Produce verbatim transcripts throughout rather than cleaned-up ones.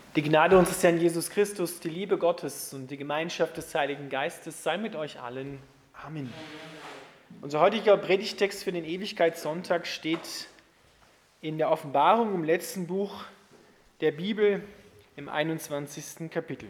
Die Gnade unseres Herrn Jesus Christus, die Liebe Gottes und die Gemeinschaft des Heiligen Geistes sei mit euch allen. Amen. Unser heutiger Predigtext für den Ewigkeitssonntag steht in der Offenbarung im letzten Buch der Bibel im einundzwanzigsten Kapitel.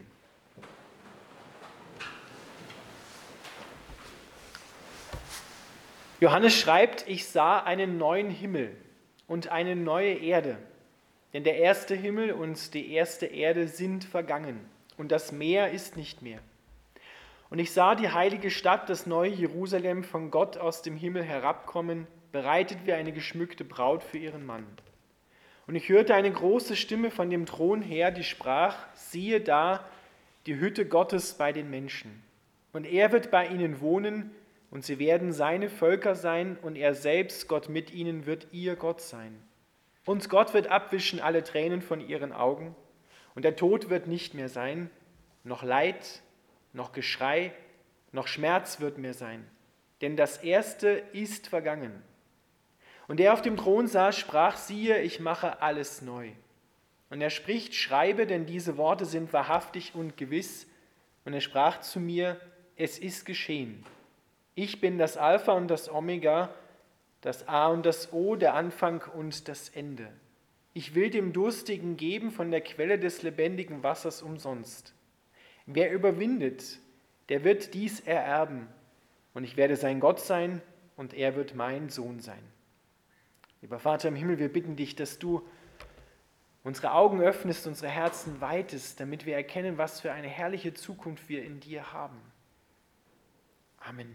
Johannes schreibt: Ich sah einen neuen Himmel und eine neue Erde. Denn der erste Himmel und die erste Erde sind vergangen, und das Meer ist nicht mehr. Und ich sah die heilige Stadt, das neue Jerusalem, von Gott aus dem Himmel herabkommen, bereitet wie eine geschmückte Braut für ihren Mann. Und ich hörte eine große Stimme von dem Thron her, die sprach: Siehe da, die Hütte Gottes bei den Menschen. Und er wird bei ihnen wohnen, und sie werden seine Völker sein, und er selbst, Gott mit ihnen, wird ihr Gott sein. Und Gott wird abwischen alle Tränen von ihren Augen, und der Tod wird nicht mehr sein, noch Leid, noch Geschrei, noch Schmerz wird mehr sein, denn das Erste ist vergangen. Und der auf dem Thron saß, sprach: Siehe, ich mache alles neu. Und er spricht: Schreibe, denn diese Worte sind wahrhaftig und gewiss. Und er sprach zu mir: Es ist geschehen. Ich bin das Alpha und das Omega, das A und das O, der Anfang und das Ende. Ich will dem Durstigen geben von der Quelle des lebendigen Wassers umsonst. Wer überwindet, der wird dies ererben, und ich werde sein Gott sein, und er wird mein Sohn sein. Lieber Vater im Himmel, wir bitten dich, dass du unsere Augen öffnest, unsere Herzen weitest, damit wir erkennen, was für eine herrliche Zukunft wir in dir haben. Amen.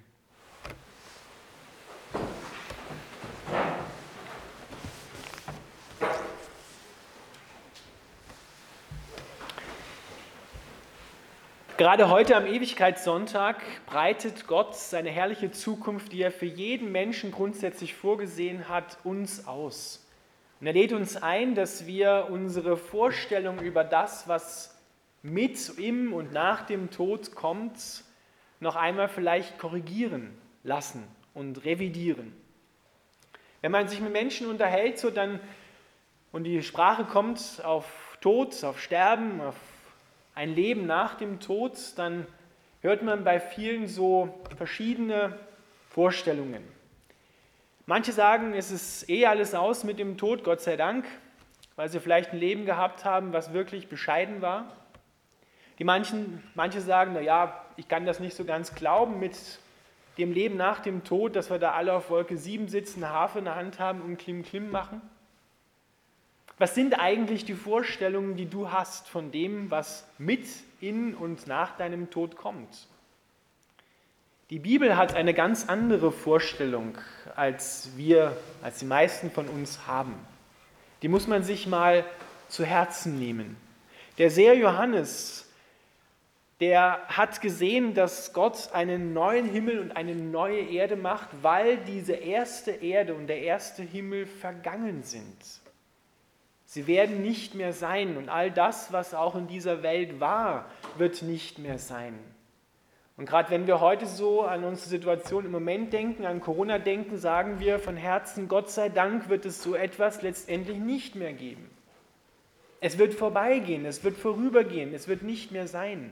Gerade heute am Ewigkeitssonntag breitet Gott seine herrliche Zukunft, die er für jeden Menschen grundsätzlich vorgesehen hat, uns aus. Und er lädt uns ein, dass wir unsere Vorstellung über das, was mit, im und nach dem Tod kommt, noch einmal vielleicht korrigieren lassen und revidieren. Wenn man sich mit Menschen unterhält, so dann, und die Sprache kommt auf Tod, auf Sterben, auf ein Leben nach dem Tod, dann hört man bei vielen so verschiedene Vorstellungen. Manche sagen, es ist eh alles aus mit dem Tod, Gott sei Dank, weil sie vielleicht ein Leben gehabt haben, was wirklich bescheiden war. Die manchen, manche sagen, naja, ich kann das nicht so ganz glauben mit dem Leben nach dem Tod, dass wir da alle auf Wolke sieben sitzen, eine Harfe in der Hand haben und Klim Klim machen. Was sind eigentlich die Vorstellungen, die du hast von dem, was mit, in und nach deinem Tod kommt? Die Bibel hat eine ganz andere Vorstellung, als wir, als die meisten von uns haben. Die muss man sich mal zu Herzen nehmen. Der Seher Johannes, der hat gesehen, dass Gott einen neuen Himmel und eine neue Erde macht, weil diese erste Erde und der erste Himmel vergangen sind. Sie werden nicht mehr sein, und all das, was auch in dieser Welt war, wird nicht mehr sein. Und gerade wenn wir heute so an unsere Situation im Moment denken, an Corona denken, sagen wir von Herzen: Gott sei Dank wird es so etwas letztendlich nicht mehr geben. Es wird vorbeigehen, es wird vorübergehen, es wird nicht mehr sein.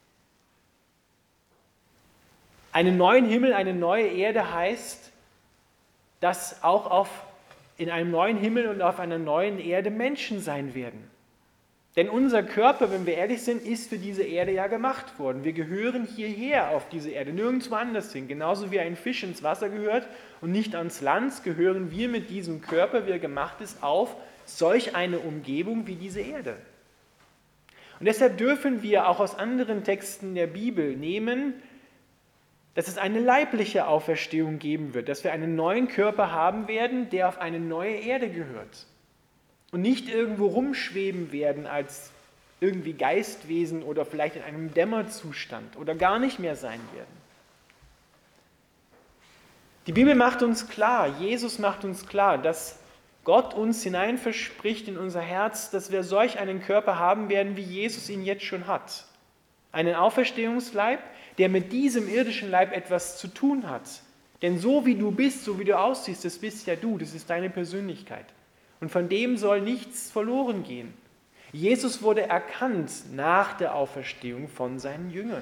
Einen neuen Himmel, eine neue Erde heißt, dass auch auf in einem neuen Himmel und auf einer neuen Erde Menschen sein werden. Denn unser Körper, wenn wir ehrlich sind, ist für diese Erde ja gemacht worden. Wir gehören hierher auf diese Erde, nirgendwo anders hin. Genauso wie ein Fisch ins Wasser gehört und nicht ans Land, gehören wir mit diesem Körper, wie er gemacht ist, auf solch eine Umgebung wie diese Erde. Und deshalb dürfen wir auch aus anderen Texten der Bibel nehmen, dass es eine leibliche Auferstehung geben wird, dass wir einen neuen Körper haben werden, der auf eine neue Erde gehört und nicht irgendwo rumschweben werden als irgendwie Geistwesen oder vielleicht in einem Dämmerzustand oder gar nicht mehr sein werden. Die Bibel macht uns klar, Jesus macht uns klar, dass Gott uns hinein verspricht in unser Herz, dass wir solch einen Körper haben werden, wie Jesus ihn jetzt schon hat. Einen Auferstehungsleib, der mit diesem irdischen Leib etwas zu tun hat. Denn so wie du bist, so wie du aussiehst, das bist ja du, das ist deine Persönlichkeit. Und von dem soll nichts verloren gehen. Jesus wurde erkannt nach der Auferstehung von seinen Jüngern.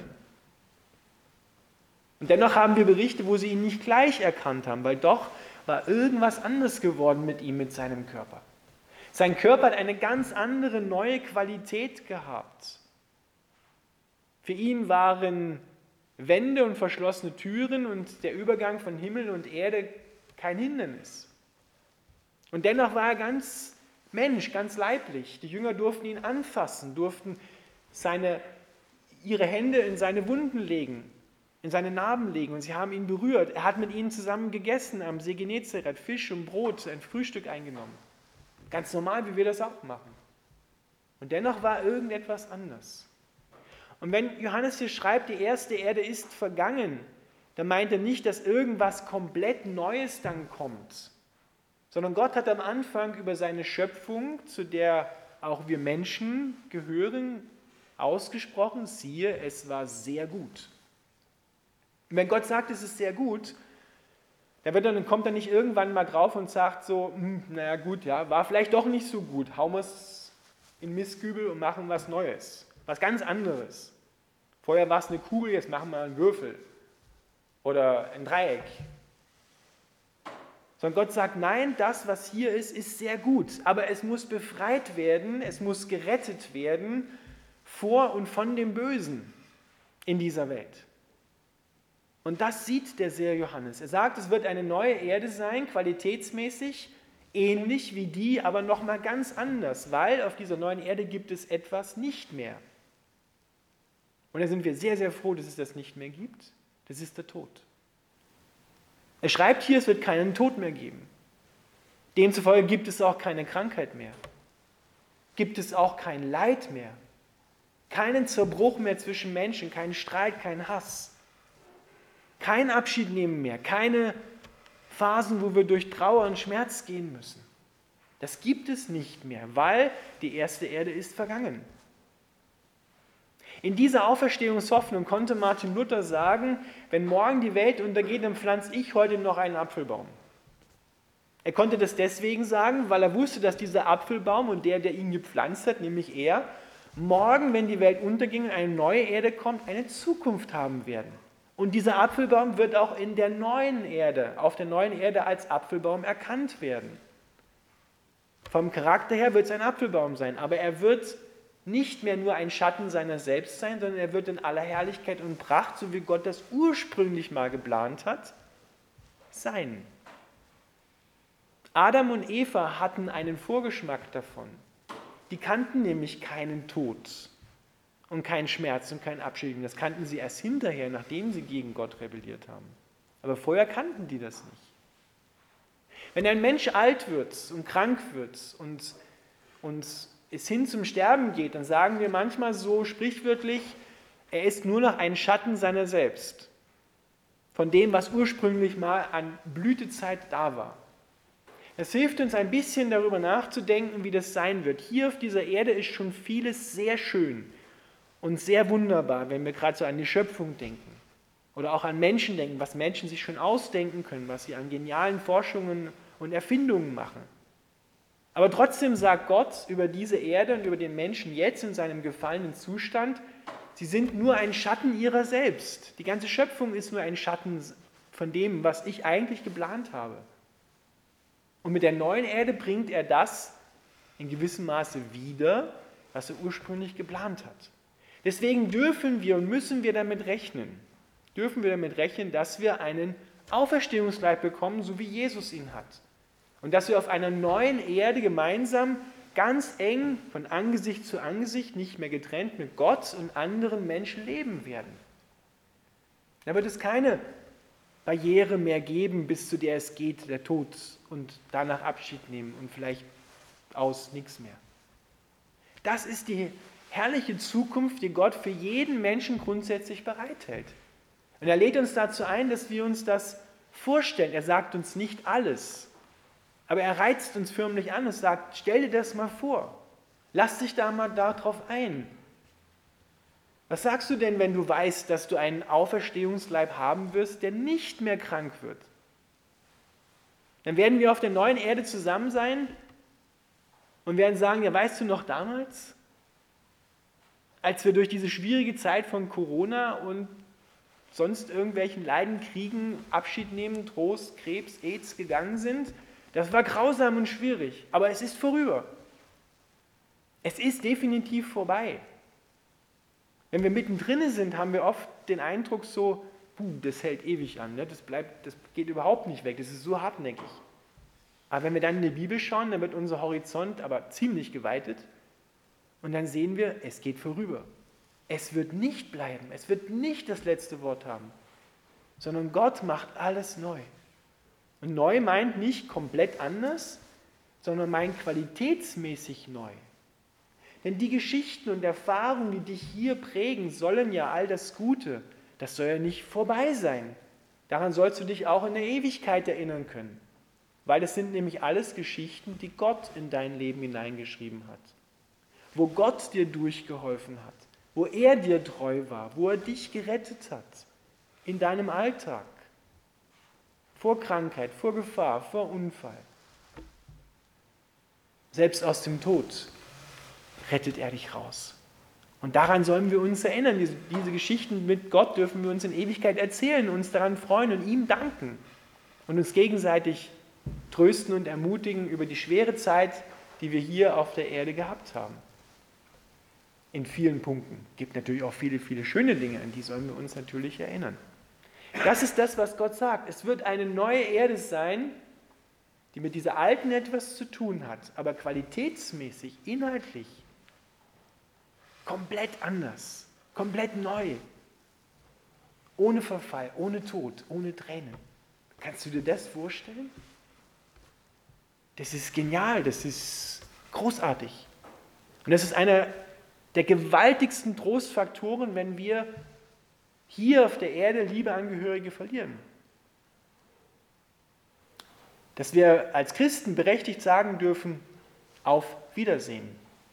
Und dennoch haben wir Berichte, wo sie ihn nicht gleich erkannt haben, weil doch war irgendwas anderes geworden mit ihm, mit seinem Körper. Sein Körper hat eine ganz andere, neue Qualität gehabt. Für ihn waren Wände und verschlossene Türen und der Übergang von Himmel und Erde kein Hindernis. Und dennoch war er ganz Mensch, ganz leiblich. Die Jünger durften ihn anfassen, durften seine, ihre Hände in seine Wunden legen, in seine Narben legen und sie haben ihn berührt. Er hat mit ihnen zusammen gegessen am See Genezareth, Fisch und Brot, ein Frühstück eingenommen. Ganz normal, wie wir das auch machen. Und dennoch war irgendetwas anders. Und wenn Johannes hier schreibt, die erste Erde ist vergangen, dann meint er nicht, dass irgendwas komplett Neues dann kommt, sondern Gott hat am Anfang über seine Schöpfung, zu der auch wir Menschen gehören, ausgesprochen, siehe, es war sehr gut. Und wenn Gott sagt, es ist sehr gut, dann, wird er, dann kommt er nicht irgendwann mal drauf und sagt so, hm, naja gut, ja, war vielleicht doch nicht so gut, hauen wir es in den Mistkübel und machen was Neues, was ganz anderes. Vorher war es eine Kugel, jetzt machen wir einen Würfel oder ein Dreieck. Sondern Gott sagt, nein, das, was hier ist, ist sehr gut, aber es muss befreit werden, es muss gerettet werden vor und von dem Bösen in dieser Welt. Und das sieht der Seher Johannes. Er sagt, es wird eine neue Erde sein, qualitätsmäßig ähnlich wie die, aber nochmal ganz anders, weil auf dieser neuen Erde gibt es etwas nicht mehr. Und da sind wir sehr, sehr froh, dass es das nicht mehr gibt. Das ist der Tod. Er schreibt hier, es wird keinen Tod mehr geben. Demzufolge gibt es auch keine Krankheit mehr. Gibt es auch kein Leid mehr. Keinen Zerbruch mehr zwischen Menschen, keinen Streit, keinen Hass. Kein Abschied nehmen mehr, keine Phasen, wo wir durch Trauer und Schmerz gehen müssen. Das gibt es nicht mehr, weil die erste Erde ist vergangen. In dieser Auferstehungshoffnung konnte Martin Luther sagen, wenn morgen die Welt untergeht, dann pflanze ich heute noch einen Apfelbaum. Er konnte das deswegen sagen, weil er wusste, dass dieser Apfelbaum und der, der ihn gepflanzt hat, nämlich er, morgen, wenn die Welt unterging und eine neue Erde kommt, eine Zukunft haben werden. Und dieser Apfelbaum wird auch in der neuen Erde, auf der neuen Erde als Apfelbaum erkannt werden. Vom Charakter her wird es ein Apfelbaum sein, aber er wird nicht mehr nur ein Schatten seiner selbst sein, sondern er wird in aller Herrlichkeit und Pracht, so wie Gott das ursprünglich mal geplant hat, sein. Adam und Eva hatten einen Vorgeschmack davon. Die kannten nämlich keinen Tod und keinen Schmerz und keinen Abschied. Das kannten sie erst hinterher, nachdem sie gegen Gott rebelliert haben. Aber vorher kannten die das nicht. Wenn ein Mensch alt wird und krank wird und, und es hin zum Sterben geht, dann sagen wir manchmal so sprichwörtlich, er ist nur noch ein Schatten seiner selbst. Von dem, was ursprünglich mal an Blütezeit da war. Es hilft uns ein bisschen darüber nachzudenken, wie das sein wird. Hier auf dieser Erde ist schon vieles sehr schön und sehr wunderbar, wenn wir gerade so an die Schöpfung denken. Oder auch an Menschen denken, was Menschen sich schon ausdenken können, was sie an genialen Forschungen und Erfindungen machen. Aber trotzdem sagt Gott über diese Erde und über den Menschen jetzt in seinem gefallenen Zustand, sie sind nur ein Schatten ihrer selbst. Die ganze Schöpfung ist nur ein Schatten von dem, was ich eigentlich geplant habe. Und mit der neuen Erde bringt er das in gewissem Maße wieder, was er ursprünglich geplant hat. Deswegen dürfen wir und müssen wir damit rechnen, dürfen wir damit rechnen, dass wir einen Auferstehungsleib bekommen, so wie Jesus ihn hat. Und dass wir auf einer neuen Erde gemeinsam ganz eng von Angesicht zu Angesicht, nicht mehr getrennt, mit Gott und anderen Menschen leben werden. Da wird es keine Barriere mehr geben, bis zu der es geht, der Tod, und danach Abschied nehmen und vielleicht aus nichts mehr. Das ist die herrliche Zukunft, die Gott für jeden Menschen grundsätzlich bereithält. Und er lädt uns dazu ein, dass wir uns das vorstellen. Er sagt uns nicht alles, aber er reizt uns förmlich an und sagt, stell dir das mal vor. Lass dich da mal darauf ein. Was sagst du denn, wenn du weißt, dass du einen Auferstehungsleib haben wirst, der nicht mehr krank wird? Dann werden wir auf der neuen Erde zusammen sein und werden sagen, ja, weißt du noch damals, als wir durch diese schwierige Zeit von Corona und sonst irgendwelchen Leiden, Kriegen, Abschied nehmen, Trost, Krebs, AIDS gegangen sind. Das war grausam und schwierig, aber es ist vorüber. Es ist definitiv vorbei. Wenn wir mittendrin sind, haben wir oft den Eindruck so, puh, das hält ewig an, ne? das, bleibt, das geht überhaupt nicht weg, das ist so hartnäckig. Aber wenn wir dann in die Bibel schauen, dann wird unser Horizont aber ziemlich geweitet und dann sehen wir, es geht vorüber. Es wird nicht bleiben, es wird nicht das letzte Wort haben, sondern Gott macht alles neu. Und neu meint nicht komplett anders, sondern meint qualitätsmäßig neu. Denn die Geschichten und Erfahrungen, die dich hier prägen, sollen ja all das Gute, das soll ja nicht vorbei sein. Daran sollst du dich auch in der Ewigkeit erinnern können. Weil es sind nämlich alles Geschichten, die Gott in dein Leben hineingeschrieben hat. Wo Gott dir durchgeholfen hat, wo er dir treu war, wo er dich gerettet hat, in deinem Alltag. Vor Krankheit, vor Gefahr, vor Unfall. Selbst aus dem Tod rettet er dich raus. Und daran sollen wir uns erinnern. Diese, diese Geschichten mit Gott dürfen wir uns in Ewigkeit erzählen, uns daran freuen und ihm danken. Und uns gegenseitig trösten und ermutigen über die schwere Zeit, die wir hier auf der Erde gehabt haben. In vielen Punkten. Es gibt natürlich auch viele, viele schöne Dinge, an die sollen wir uns natürlich erinnern. Das ist das, was Gott sagt. Es wird eine neue Erde sein, die mit dieser alten etwas zu tun hat, aber qualitätsmäßig, inhaltlich komplett anders, komplett neu. Ohne Verfall, ohne Tod, ohne Tränen. Kannst du dir das vorstellen? Das ist genial, das ist großartig. Und das ist einer der gewaltigsten Trostfaktoren, wenn wir hier auf der Erde liebe Angehörige verlieren. Dass wir als Christen berechtigt sagen dürfen, auf Wiedersehen.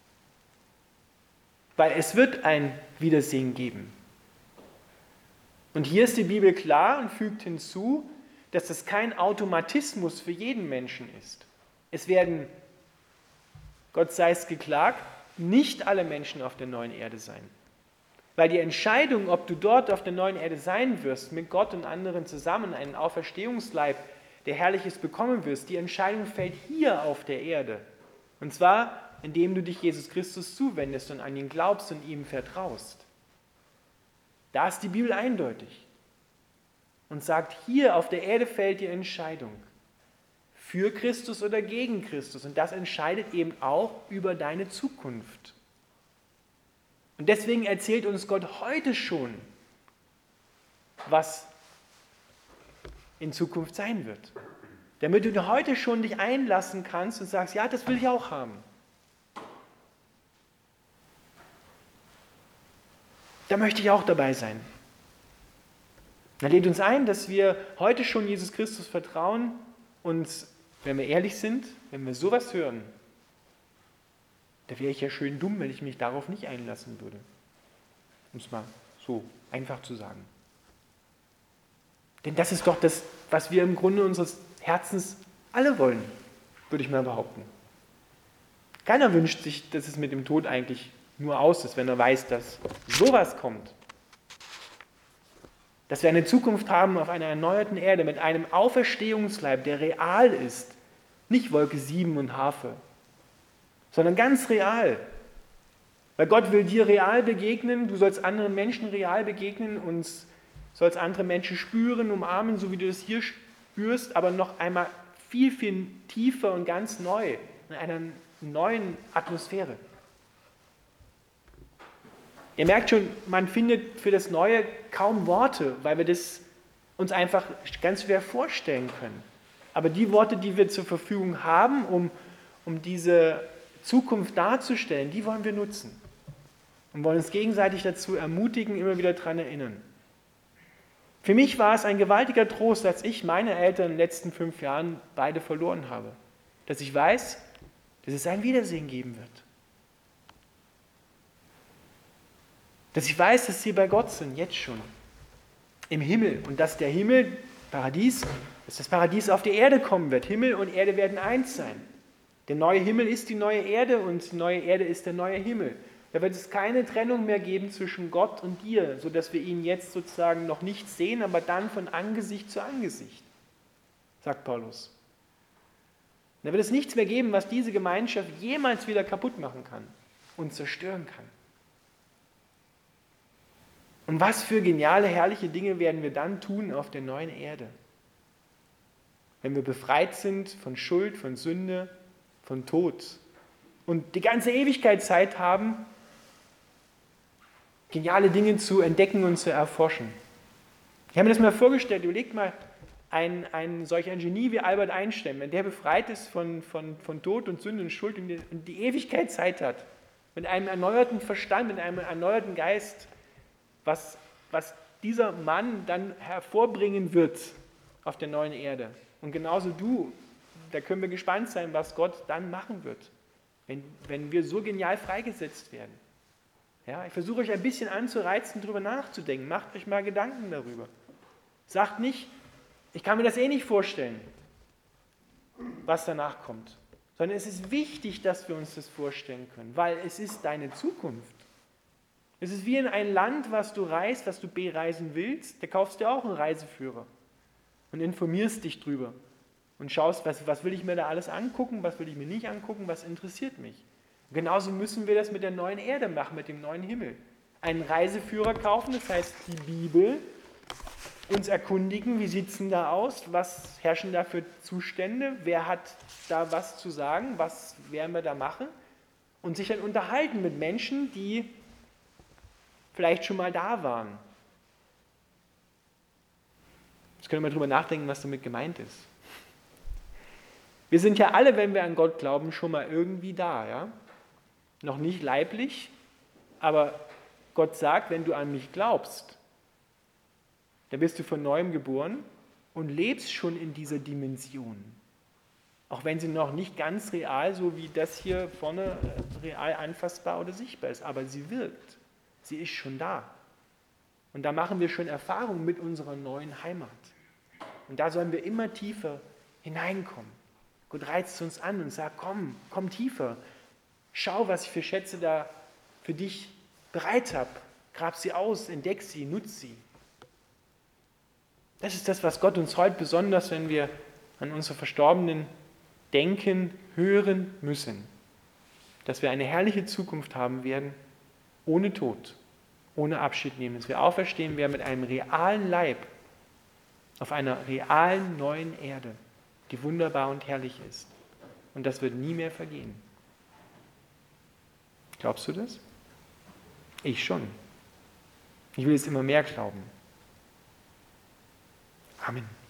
Weil es wird ein Wiedersehen geben. Und hier ist die Bibel klar und fügt hinzu, dass das kein Automatismus für jeden Menschen ist. Es werden, Gott sei es geklagt, nicht alle Menschen auf der neuen Erde sein. Weil die Entscheidung, ob du dort auf der neuen Erde sein wirst, mit Gott und anderen zusammen, einen Auferstehungsleib, der Herrliches bekommen wirst, die Entscheidung fällt hier auf der Erde. Und zwar, indem du dich Jesus Christus zuwendest und an ihn glaubst und ihm vertraust. Da ist die Bibel eindeutig und sagt, hier auf der Erde fällt die Entscheidung für Christus oder gegen Christus. Und das entscheidet eben auch über deine Zukunft. Und deswegen erzählt uns Gott heute schon, was in Zukunft sein wird. Damit du heute schon dich einlassen kannst und sagst, ja, das will ich auch haben. Da möchte ich auch dabei sein. Er lädt uns ein, dass wir heute schon Jesus Christus vertrauen und, wenn wir ehrlich sind, wenn wir sowas hören, da wäre ich ja schön dumm, wenn ich mich darauf nicht einlassen würde. Um es mal so einfach zu sagen. Denn das ist doch das, was wir im Grunde unseres Herzens alle wollen, würde ich mal behaupten. Keiner wünscht sich, dass es mit dem Tod eigentlich nur aus ist, wenn er weiß, dass sowas kommt. Dass wir eine Zukunft haben auf einer erneuerten Erde mit einem Auferstehungsleib, der real ist. Nicht Wolke sieben und Harfe, sondern ganz real. Weil Gott will dir real begegnen, du sollst anderen Menschen real begegnen und sollst andere Menschen spüren, umarmen, so wie du das hier spürst, aber noch einmal viel, viel tiefer und ganz neu, in einer neuen Atmosphäre. Ihr merkt schon, man findet für das Neue kaum Worte, weil wir das uns einfach ganz schwer vorstellen können. Aber die Worte, die wir zur Verfügung haben, um, um diese Zukunft darzustellen, die wollen wir nutzen. Und wollen uns gegenseitig dazu ermutigen, immer wieder daran erinnern. Für mich war es ein gewaltiger Trost, als ich meine Eltern in den letzten fünf Jahren beide verloren habe. Dass ich weiß, dass es ein Wiedersehen geben wird. Dass ich weiß, dass sie bei Gott sind, jetzt schon. Im Himmel. Und dass der Himmel, Paradies, dass das Paradies auf die Erde kommen wird. Himmel und Erde werden eins sein. Der neue Himmel ist die neue Erde und die neue Erde ist der neue Himmel. Da wird es keine Trennung mehr geben zwischen Gott und dir, sodass wir ihn jetzt sozusagen noch nicht sehen, aber dann von Angesicht zu Angesicht, sagt Paulus. Da wird es nichts mehr geben, was diese Gemeinschaft jemals wieder kaputt machen kann und zerstören kann. Und was für geniale, herrliche Dinge werden wir dann tun auf der neuen Erde? Wenn wir befreit sind von Schuld, von Sünde, von Tod und die ganze Ewigkeit Zeit haben, geniale Dinge zu entdecken und zu erforschen. Ich habe mir das mal vorgestellt, überlegt mal, ein, ein solch ein Genie wie Albert Einstein, wenn der befreit ist von, von, von Tod und Sünde und Schuld und die, und die Ewigkeit Zeit hat, mit einem erneuerten Verstand, mit einem erneuerten Geist, was, was dieser Mann dann hervorbringen wird auf der neuen Erde. Und genauso du, da können wir gespannt sein, was Gott dann machen wird, wenn, wenn wir so genial freigesetzt werden. Ja, ich versuche euch ein bisschen anzureizen, darüber nachzudenken. Macht euch mal Gedanken darüber. Sagt nicht, ich kann mir das eh nicht vorstellen, was danach kommt. Sondern es ist wichtig, dass wir uns das vorstellen können, weil es ist deine Zukunft. Es ist wie in ein Land, was du reist, was du bereisen willst, da kaufst du auch einen Reiseführer und informierst dich drüber und schaust, was, was will ich mir da alles angucken, was will ich mir nicht angucken, was interessiert mich. Genauso müssen wir das mit der neuen Erde machen, mit dem neuen Himmel. Einen Reiseführer kaufen, das heißt die Bibel, uns erkundigen, wie sieht es denn da aus, was herrschen da für Zustände, wer hat da was zu sagen, was werden wir da machen und sich dann unterhalten mit Menschen, die vielleicht schon mal da waren. Jetzt können wir mal drüber nachdenken, was damit gemeint ist. Wir sind ja alle, wenn wir an Gott glauben, schon mal irgendwie da, ja? Noch nicht leiblich, aber Gott sagt, wenn du an mich glaubst, dann bist du von neuem geboren und lebst schon in dieser Dimension. Auch wenn sie noch nicht ganz real, so wie das hier vorne, real anfassbar oder sichtbar ist, aber sie wirkt. Sie ist schon da. Und da machen wir schon Erfahrungen mit unserer neuen Heimat. Und da sollen wir immer tiefer hineinkommen. Gott reizt uns an und sagt, komm, komm tiefer. Schau, was ich für Schätze da für dich bereit habe. Grab sie aus, entdeck sie, nutz sie. Das ist das, was Gott uns heute besonders, wenn wir an unsere Verstorbenen denken, hören müssen. Dass wir eine herrliche Zukunft haben werden, ohne Tod, ohne Abschied nehmen. Dass wir auferstehen werden mit einem realen Leib auf einer realen neuen Erde, die wunderbar und herrlich ist. Und das wird nie mehr vergehen. Glaubst du das? Ich schon. Ich will es immer mehr glauben. Amen.